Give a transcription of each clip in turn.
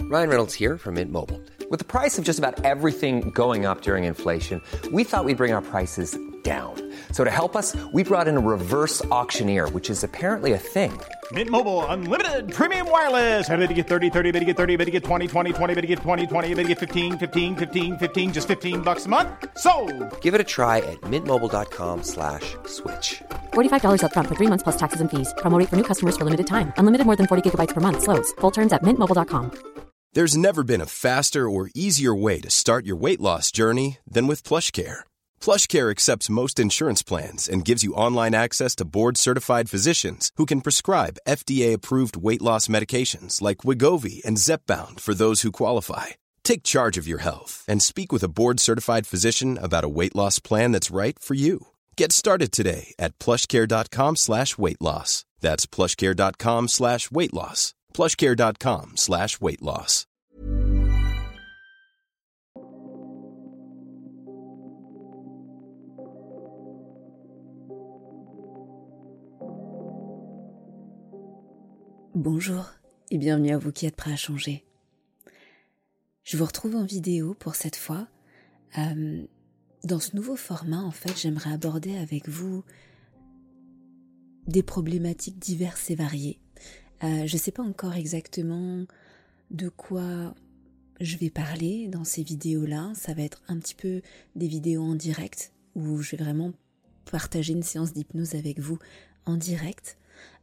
Ryan Reynolds here from Mint Mobile. With the price of just about everything going up during inflation, we thought we'd bring our prices down. So to help us, we brought in a reverse auctioneer, which is apparently a thing. Mint Mobile Unlimited Premium Wireless. How to get 30, 30, bit to get 30, bit to get 20, 20, 20, bit to get 20, 20, bit to get 15, 15, 15, 15, just $15 a month? Sold! Give it a try at mintmobile.com/switch. $45 up front for 3 months plus taxes and fees. Promo rate for new customers for limited time. Unlimited more than 40 gigabytes per month. Slows full terms at mintmobile.com. There's never been a faster or easier way to start your weight loss journey than with PlushCare. PlushCare accepts most insurance plans and gives you online access to board-certified physicians who can prescribe FDA-approved weight loss medications like Wegovy and Zepbound for those who qualify. Take charge of your health and speak with a board-certified physician about a weight loss plan that's right for you. Get started today at plushcare.com/weight loss. That's plushcare.com/weight loss. plushcare.com/weight loss. Bonjour et bienvenue à vous qui êtes prêts à changer. Je vous retrouve en vidéo pour cette fois. Dans ce nouveau format, en fait, j'aimerais aborder avec vous des problématiques diverses et variées. Je ne sais pas encore exactement de quoi je vais parler dans ces vidéos-là. Ça va être un petit peu des vidéos en direct où je vais vraiment partager une séance d'hypnose avec vous en direct.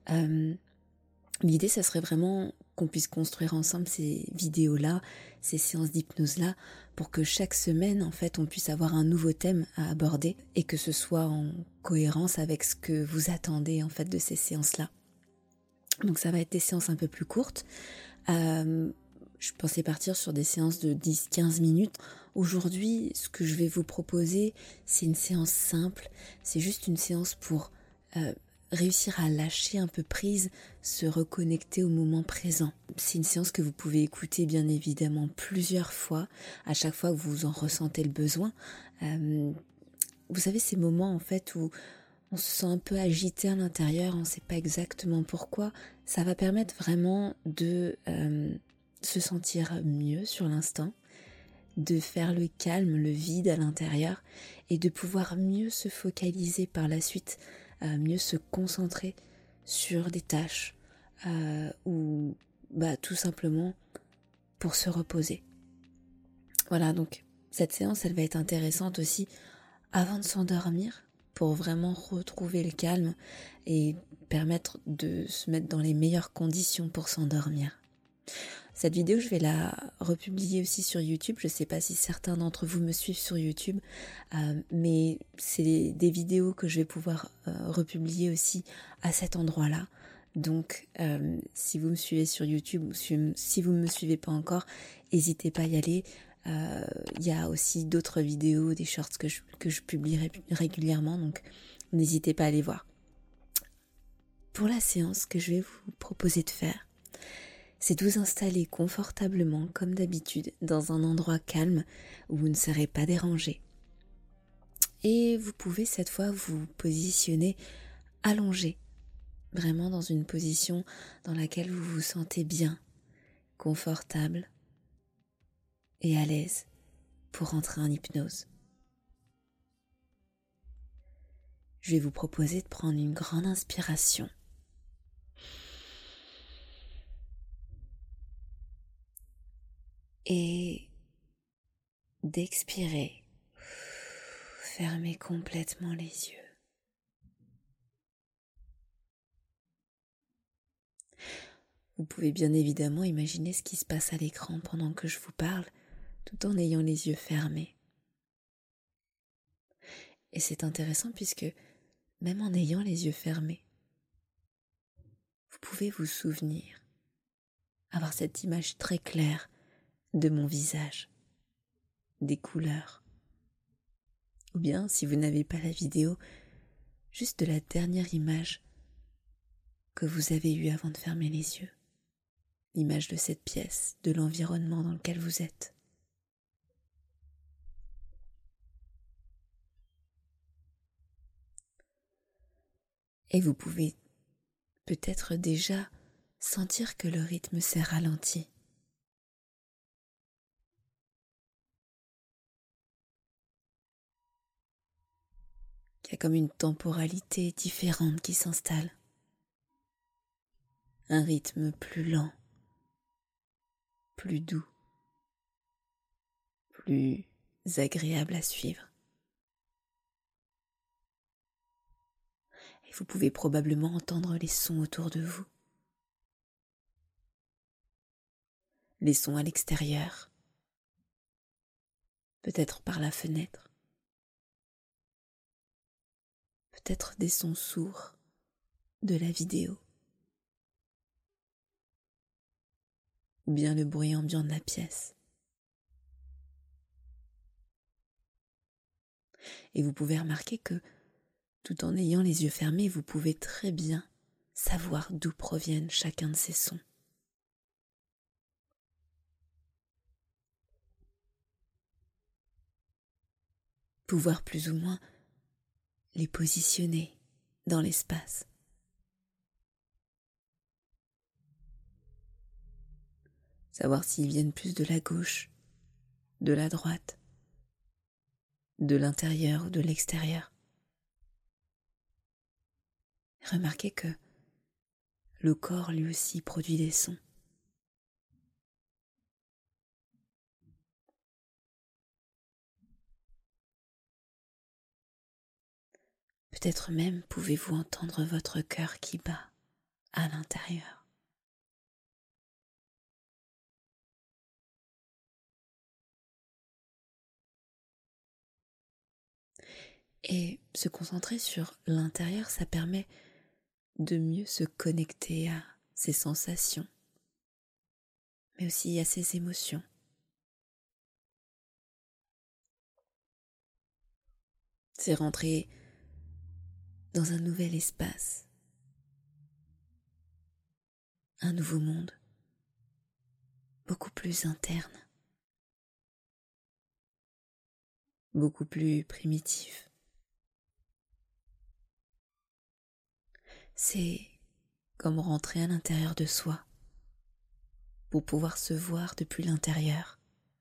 L'idée, ça serait vraiment qu'on puisse construire ensemble ces vidéos-là, ces séances d'hypnose-là, pour que chaque semaine, en fait, on puisse avoir un nouveau thème à aborder et que ce soit en cohérence avec ce que vous attendez, en fait, de ces séances-là. Donc ça va être des séances un peu plus courtes. Je pensais partir sur des séances de 10-15 minutes. Aujourd'hui, ce que je vais vous proposer, c'est une séance simple. C'est juste une séance pour réussir à lâcher un peu prise, se reconnecter au moment présent. C'est une séance que vous pouvez écouter bien évidemment plusieurs fois, à chaque fois que vous en ressentez le besoin. Vous savez, ces moments en fait où on se sent un peu agité à l'intérieur, on ne sait pas exactement pourquoi, ça va permettre vraiment de se sentir mieux sur l'instant, de faire le calme, le vide à l'intérieur et de pouvoir mieux se focaliser par la suite, mieux se concentrer sur des tâches ou tout simplement pour se reposer. Voilà, donc cette séance, elle va être intéressante aussi avant de s'endormir pour vraiment retrouver le calme et permettre de se mettre dans les meilleures conditions pour s'endormir. Cette vidéo, je vais la republier aussi sur YouTube. Je ne sais pas si certains d'entre vous me suivent sur YouTube, mais c'est des vidéos que je vais pouvoir republier aussi à cet endroit-là. Donc, si vous me suivez sur YouTube ou si vous ne me suivez pas encore, n'hésitez pas à y aller. Il y a aussi d'autres vidéos, des shorts que je publie régulièrement, donc n'hésitez pas à les voir. Pour la séance que je vais vous proposer de faire, c'est de vous installer confortablement, comme d'habitude, dans un endroit calme où vous ne serez pas dérangé. Et vous pouvez cette fois vous positionner allongé, vraiment dans une position dans laquelle vous vous sentez bien, confortable et à l'aise pour entrer en hypnose. Je vais vous proposer de prendre une grande inspiration. Et d'expirer, fermez complètement les yeux. Vous pouvez bien évidemment imaginer ce qui se passe à l'écran pendant que je vous parle, tout en ayant les yeux fermés. Et c'est intéressant puisque, même en ayant les yeux fermés, vous pouvez vous souvenir, avoir cette image très claire de mon visage, des couleurs. Ou bien, si vous n'avez pas la vidéo, juste de la dernière image que vous avez eue avant de fermer les yeux. L'image de cette pièce, de l'environnement dans lequel vous êtes. Et vous pouvez peut-être déjà sentir que le rythme s'est ralenti. qu'il y a comme une temporalité différente qui s'installe. Un rythme plus lent, plus doux, plus agréable à suivre. Et vous pouvez probablement entendre les sons autour de vous. Les sons à l'extérieur, peut-être par la fenêtre, peut-être des sons sourds de la vidéo, ou bien le bruit ambiant de la pièce. Et vous pouvez remarquer que, tout en ayant les yeux fermés, vous pouvez très bien savoir d'où proviennent chacun de ces sons. Pouvoir plus ou moins les positionner dans l'espace. Savoir s'ils viennent plus de la gauche, de la droite, de l'intérieur ou de l'extérieur. Remarquez que le corps lui aussi produit des sons. Peut-être même pouvez-vous entendre votre cœur qui bat à l'intérieur. Et se concentrer sur l'intérieur, ça permet de mieux se connecter à ses sensations, mais aussi à ses émotions. C'est rentrer dans un nouvel espace, un nouveau monde, beaucoup plus interne, beaucoup plus primitif. C'est comme rentrer à l'intérieur de soi pour pouvoir se voir depuis l'intérieur.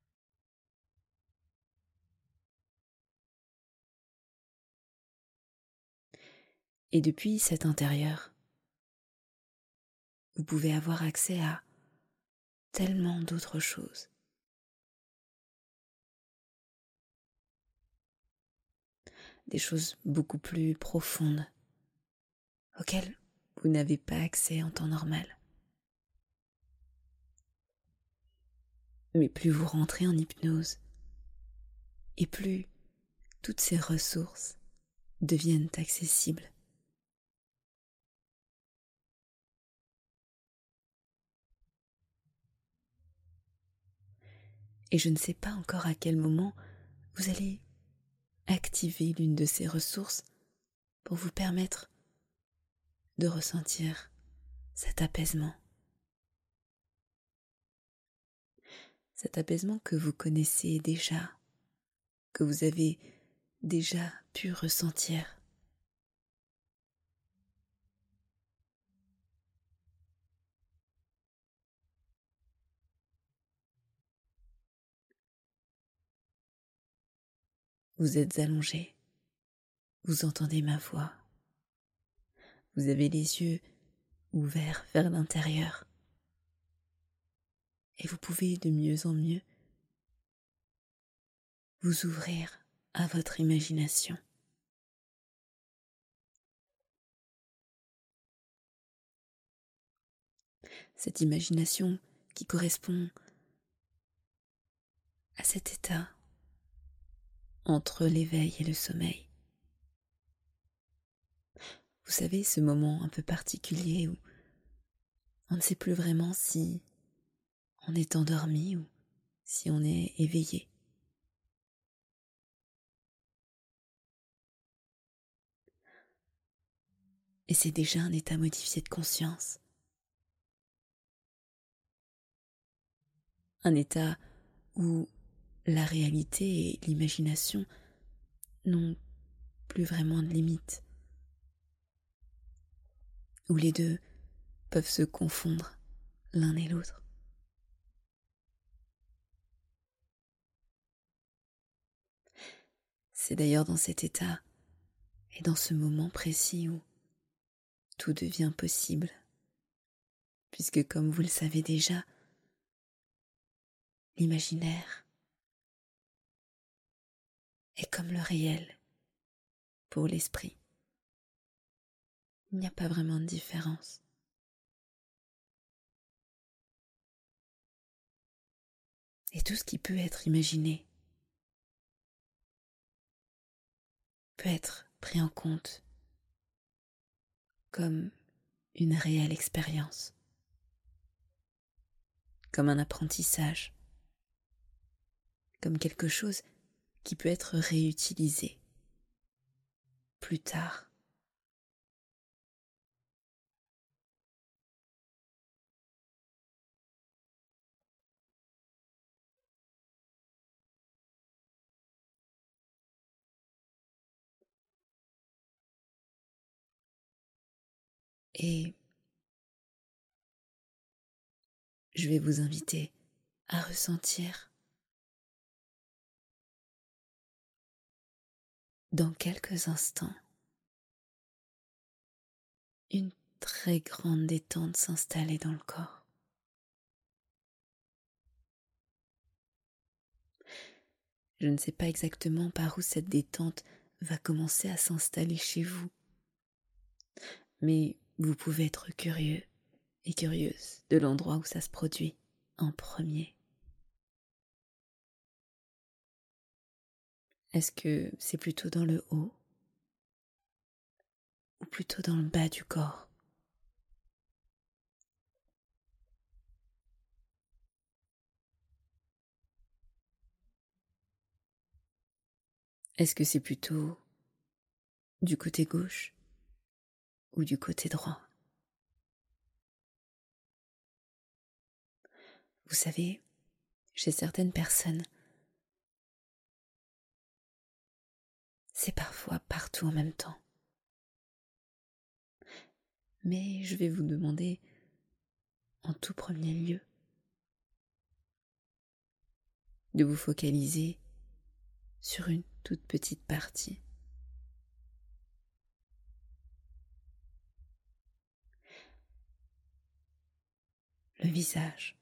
Et depuis cet intérieur, vous pouvez avoir accès à tellement d'autres choses. Des choses beaucoup plus profondes, auxquelles vous n'avez pas accès en temps normal. Mais plus vous rentrez en hypnose, et plus toutes ces ressources deviennent accessibles. Et je ne sais pas encore à quel moment vous allez activer l'une de ces ressources pour vous permettre de ressentir cet apaisement. Cet apaisement que vous connaissez déjà, que vous avez déjà pu ressentir. Vous êtes allongé, vous entendez ma voix, vous avez les yeux ouverts vers l'intérieur et vous pouvez de mieux en mieux vous ouvrir à votre imagination. Cette imagination qui correspond à cet état entre l'éveil et le sommeil. Vous savez, ce moment un peu particulier où on ne sait plus vraiment si on est endormi ou si on est éveillé. Et c'est déjà un état modifié de conscience. Un état où la réalité et l'imagination n'ont plus vraiment de limites. Où les deux peuvent se confondre l'un et l'autre. C'est d'ailleurs dans cet état Et dans ce moment précis où tout devient possible, puisque comme vous le savez déjà, l'imaginaire est comme le réel pour l'esprit. Il n'y a pas vraiment de différence. Et tout ce qui peut être imaginé peut être pris en compte comme une réelle expérience, comme un apprentissage, comme quelque chose qui peut être réutilisé plus tard. Et je vais vous inviter à ressentir dans quelques instants une très grande détente s'installer dans le corps. Je ne sais pas exactement par où cette détente va commencer à s'installer chez vous, mais vous pouvez être curieux et curieuse de l'endroit où ça se produit en premier. Est-ce que c'est plutôt dans le haut ou plutôt dans le bas du corps? Est-ce que c'est plutôt du côté gauche ou du côté droit? Vous savez, chez certaines personnes, c'est parfois partout en même temps. Mais je vais vous demander, en tout premier lieu, de vous focaliser sur une toute petite partie. Le visage.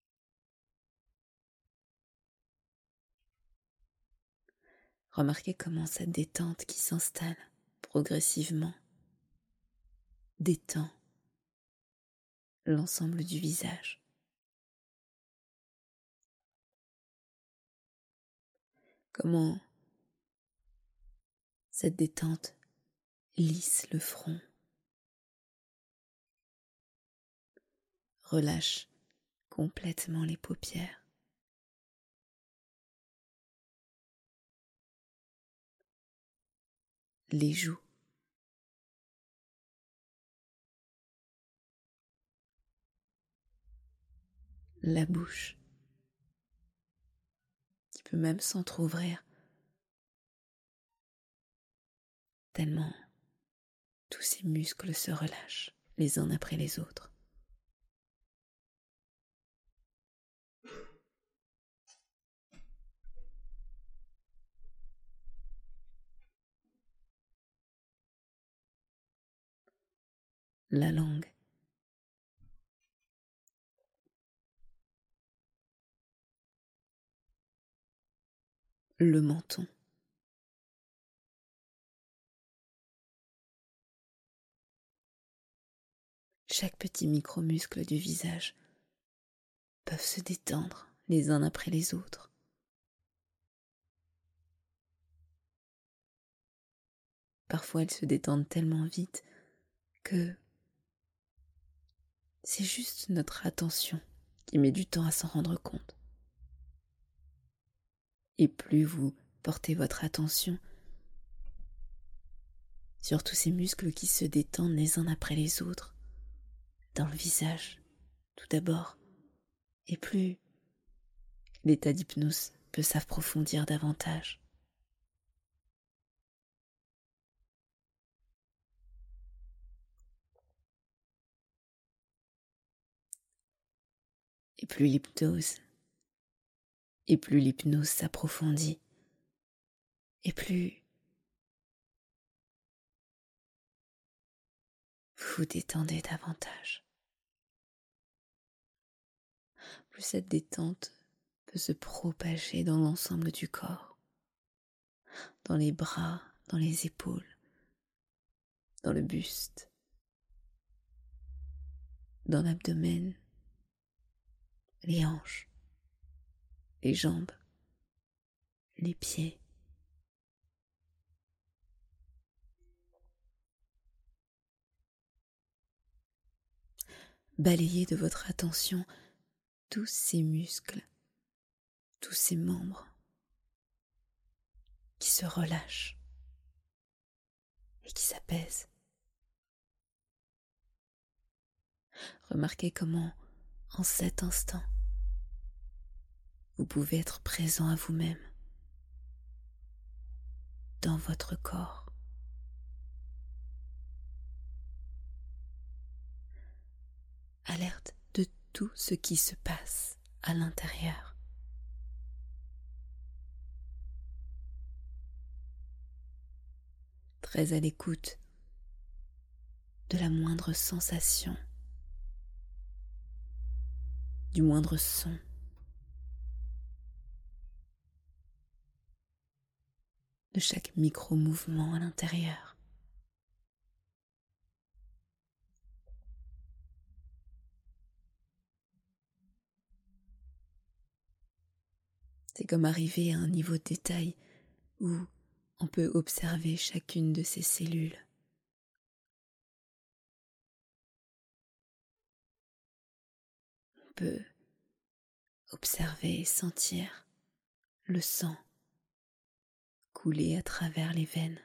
Remarquez comment cette détente qui s'installe progressivement détend l'ensemble du visage. Comment cette détente lisse le front, relâche complètement les paupières. Les joues, la bouche, qui peut même s'entrouvrir, tellement tous ces muscles se relâchent les uns après les autres. La langue, le menton, chaque petit micromuscle du visage peuvent se détendre les uns après les autres. Parfois, elles se détendent tellement vite que c'est juste notre attention qui met du temps à s'en rendre compte. Et plus vous portez votre attention sur tous ces muscles qui se détendent les uns après les autres, dans le visage, tout d'abord, et plus l'état d'hypnose peut s'approfondir davantage. Et plus l'hypnose s'approfondit, et plus vous détendez davantage, plus cette détente peut se propager dans l'ensemble du corps, dans les bras, dans les épaules, dans le buste, dans l'abdomen, les hanches, les jambes, les pieds. Balayez de votre attention tous ces muscles, tous ces membres qui se relâchent et qui s'apaisent. Remarquez comment, en cet instant, vous pouvez être présent à vous-même, dans votre corps. Alerte de tout ce qui se passe à l'intérieur. Très à l'écoute de la moindre sensation, du moindre son. De chaque micro-mouvement à l'intérieur. C'est comme arriver à un niveau de détail où on peut observer chacune de ces cellules. On peut observer et sentir le sang couler à travers les veines.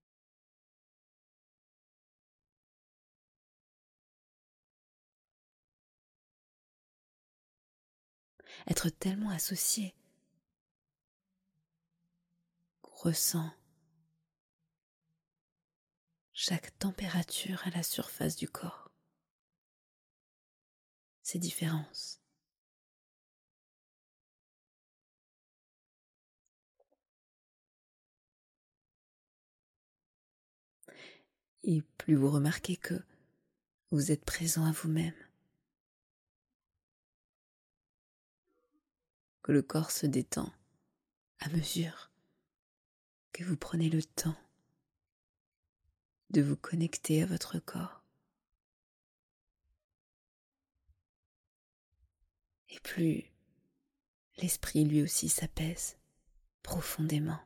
Être tellement associé qu'on ressent chaque température à la surface du corps, ces différences. Et plus vous remarquez que vous êtes présent à vous-même, que le corps se détend à mesure que vous prenez le temps de vous connecter à votre corps. Et plus l'esprit lui aussi s'apaise profondément.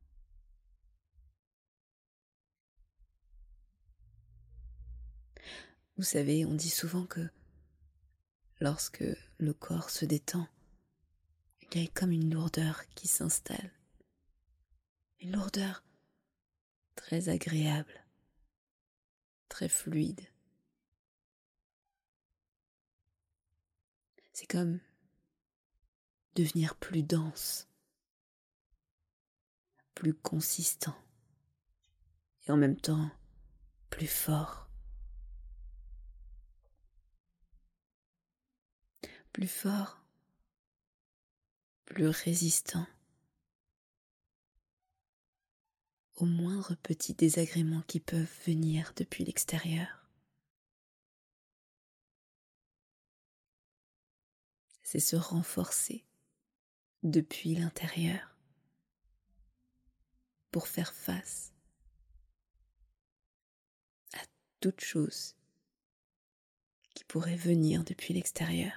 Vous savez, on dit souvent que lorsque le corps se détend, il y a comme une lourdeur qui s'installe. Une lourdeur très agréable, très fluide. C'est comme devenir plus dense, plus consistant et en même temps plus fort. Plus fort, plus résistant aux moindres petits désagréments qui peuvent venir depuis l'extérieur. C'est se renforcer depuis l'intérieur pour faire face à toute chose qui pourrait venir depuis l'extérieur.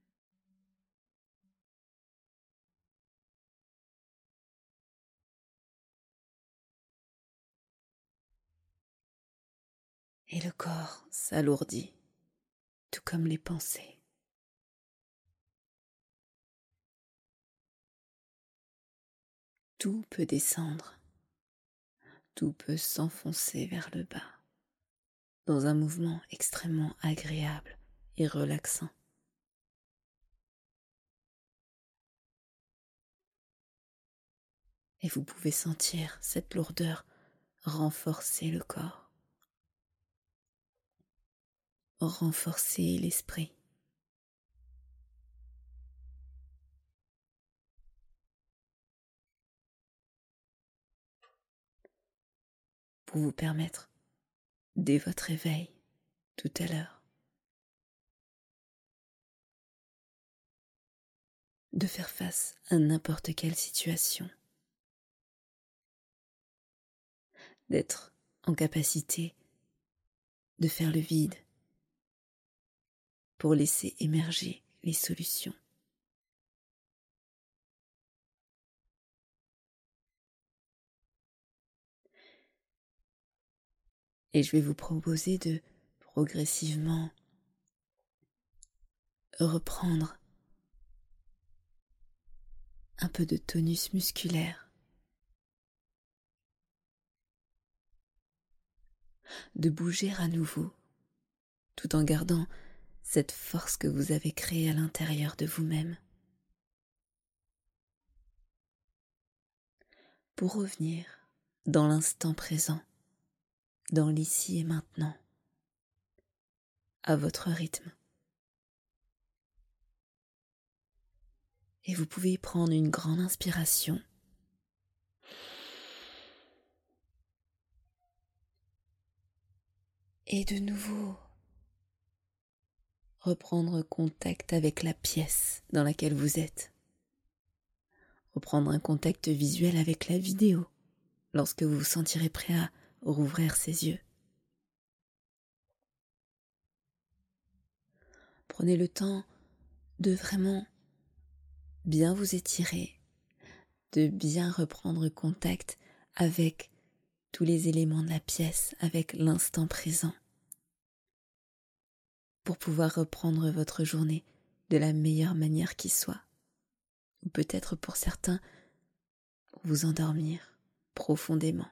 Et le corps s'alourdit, tout comme les pensées. Tout peut descendre, tout peut s'enfoncer vers le bas, dans un mouvement extrêmement agréable et relaxant. Et vous pouvez sentir cette lourdeur renforcer le corps, renforcer l'esprit. Pour vous permettre, dès votre éveil, tout à l'heure. De faire face à n'importe quelle situation. D'être en capacité de faire le vide pour laisser émerger les solutions. Et je vais vous proposer de progressivement reprendre un peu de tonus musculaire, de bouger à nouveau, tout en gardant cette force que vous avez créée à l'intérieur de vous-même, pour revenir dans l'instant présent, dans l'ici et maintenant, à votre rythme. Et vous pouvez prendre une grande inspiration et de nouveau reprendre contact avec la pièce dans laquelle vous êtes. Reprendre un contact visuel avec la vidéo lorsque vous vous sentirez prêt à rouvrir ses yeux. Prenez le temps de vraiment bien vous étirer, de bien reprendre contact avec tous les éléments de la pièce, avec l'instant présent, pour pouvoir reprendre votre journée de la meilleure manière qui soit. Ou peut-être pour certains, pour vous endormir profondément.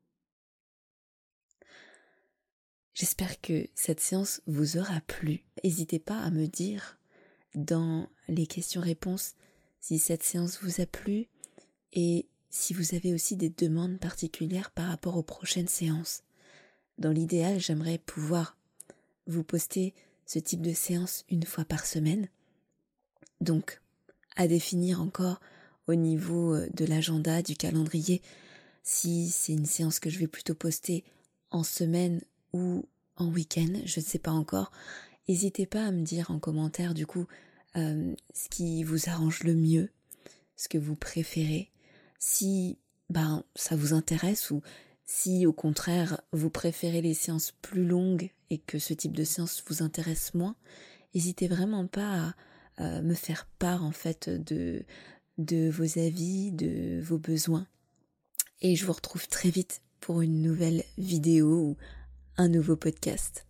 J'espère que cette séance vous aura plu. N'hésitez pas à me dire dans les questions-réponses si cette séance vous a plu et si vous avez aussi des demandes particulières par rapport aux prochaines séances. Dans l'idéal, j'aimerais pouvoir vous poster ce type de séance une fois par semaine. Donc, à définir encore au niveau de l'agenda, du calendrier, si c'est une séance que je vais plutôt poster en semaine ou en week-end, je ne sais pas encore. N'hésitez pas à me dire en commentaire du coup ce qui vous arrange le mieux, ce que vous préférez, si ça vous intéresse ou si au contraire vous préférez les séances plus longues et que ce type de séance vous intéresse moins. N'hésitez vraiment pas à me faire part en fait de vos avis, de vos besoins. Et je vous retrouve très vite pour une nouvelle vidéo ou un nouveau podcast.